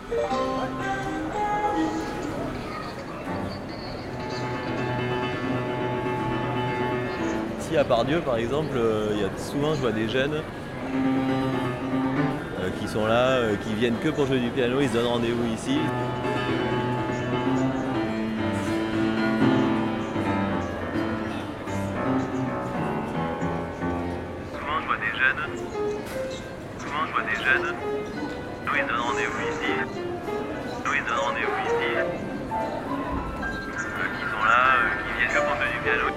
Ici à Pardieu par exemple, souvent je vois des jeunes qui sont là, qui viennent que pour jouer du piano, ils se donnent rendez-vous ici. Souvent je vois des jeunes, nous ils se donnent rendez-vous ici, qui sont là, qui viennent que pour jouer du piano.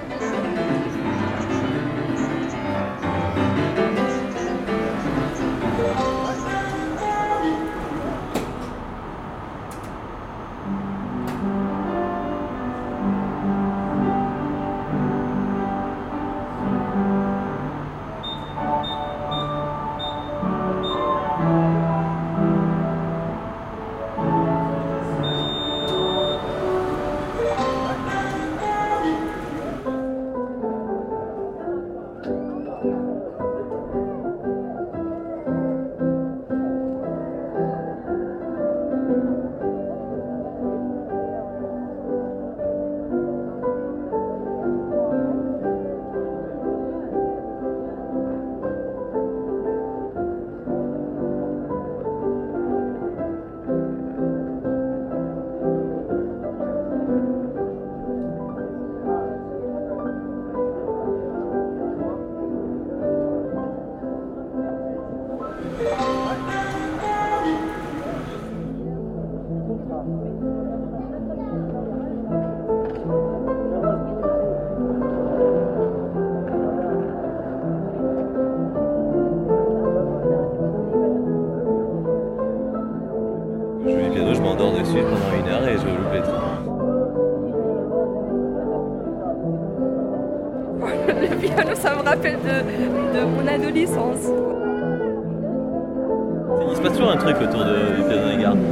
Je joue du piano, je m'endors dessus pendant 1 heure et je loupe les trucs. Le piano, ça me rappelle de mon adolescence. Il se passe toujours un truc autour du piano des gardes.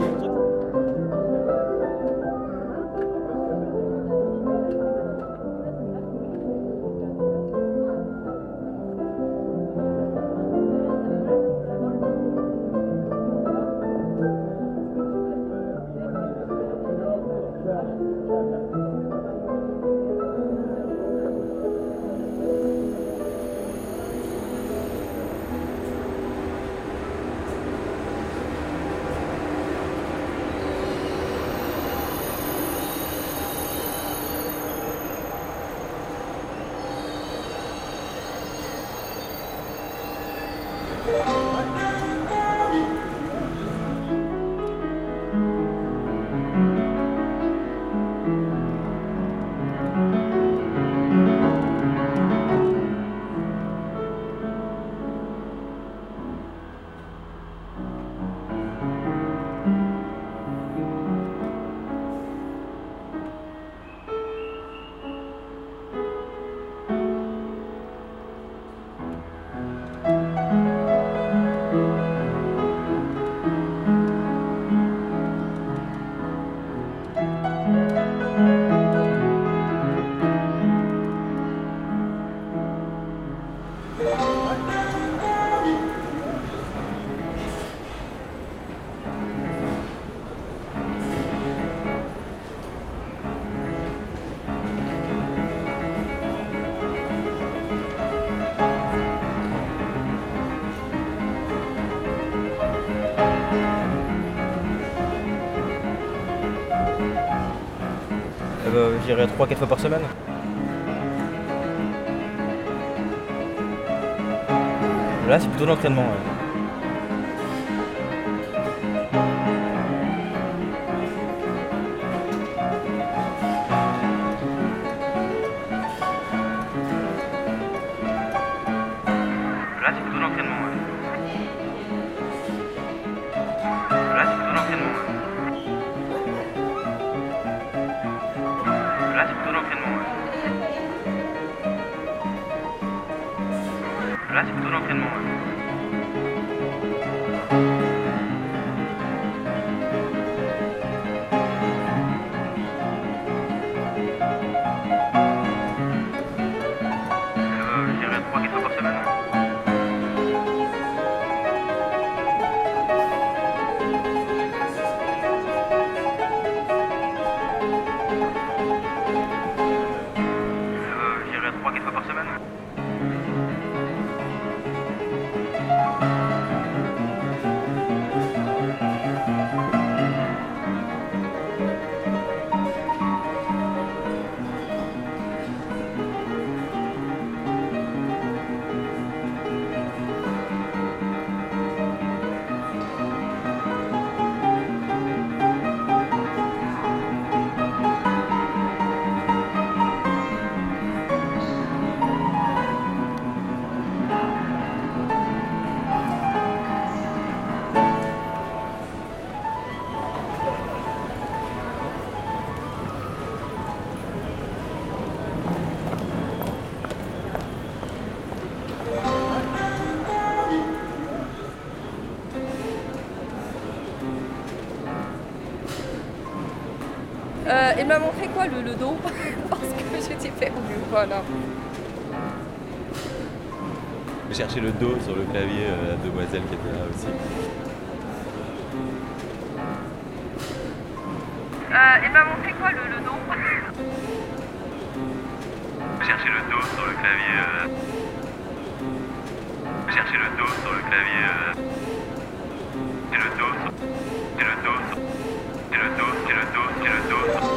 Je dirais 3-4 fois par semaine. Là, c'est plutôt de l'entraînement. Ouais. Là, c'est plutôt de l'entraînement. Ouais. Là, c'est plutôt de l'entraînement. Ouais. Là, c'est plutôt de l'entraînement. Ouais. Là, c'est plutôt de l'entraînement. Ouais. Il m'a montré quoi, le dos parce que j'étais perdue, voilà. J'ai cherché le do sur le clavier, la demoiselle qui était là aussi. Il m'a montré quoi, le dos J'ai cherché le do sur le clavier. J'ai cherché le do sur le clavier. Et le do sur... Et le do sur... Et le do, et le do, et le do sur...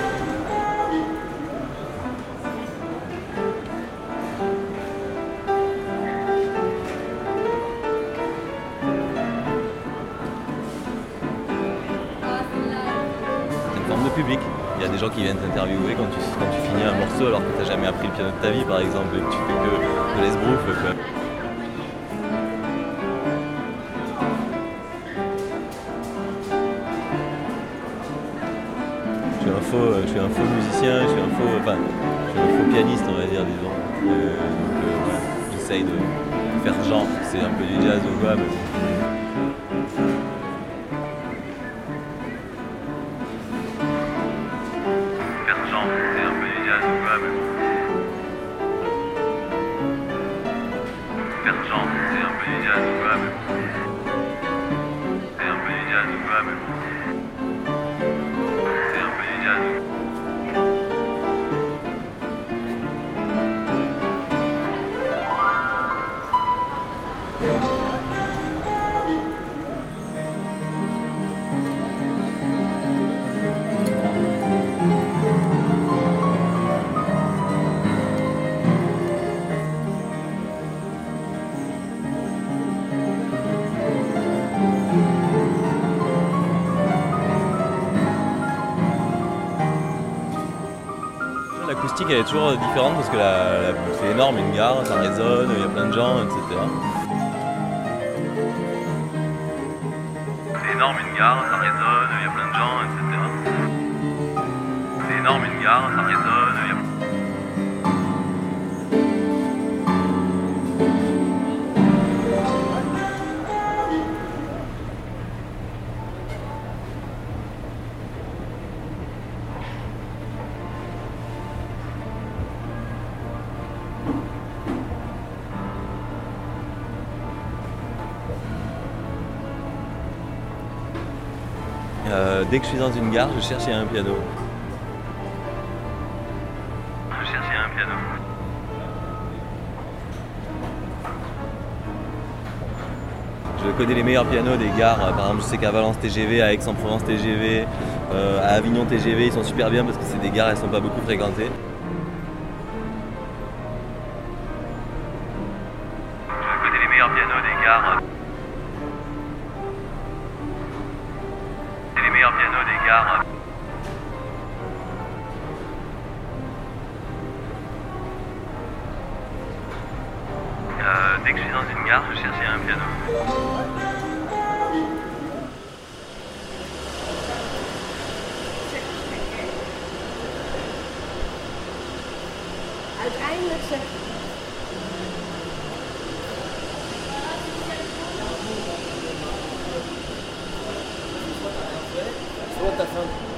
C'est une forme de public. Il y a des gens qui viennent t'interviewer quand tu finis un morceau alors que tu n'as jamais appris le piano de ta vie par exemple et que tu fais que de l'esbrouf, quoi. Je suis un faux musicien, je suis un faux pianiste, on va dire, disons. Voilà, j'essaye de faire genre, c'est un peu du jazz ou quoi, mais... Faire genre, c'est un peu du jazz ou quoi, mais... Faire genre, c'est un peu du jazz ou quoi, mais... C'est un peu du jazz ou quoi, mais... C'est un peu du jazz. L'acoustique elle est toujours différente parce que c'est énorme, une gare, ça résonne, il y a plein de gens, etc. C'est énorme une gare, ça résonne, il y a plein de gens, etc. C'est énorme une gare, ça résonne, il y a... Dès que je suis dans une gare, je cherche un piano. Je cherchais un piano. Je connais les meilleurs pianos des gares. Par exemple, je sais qu'à Valence TGV, à Aix-en-Provence TGV, à Avignon TGV, ils sont super bien parce que c'est des gares, elles sont pas beaucoup fréquentées. Je connais les meilleurs pianos des gares. C'est les meilleurs pianos des gares. Dès que je suis dans une gare, je cherchais un piano. Uiteindelijk zeg Soit ta fin.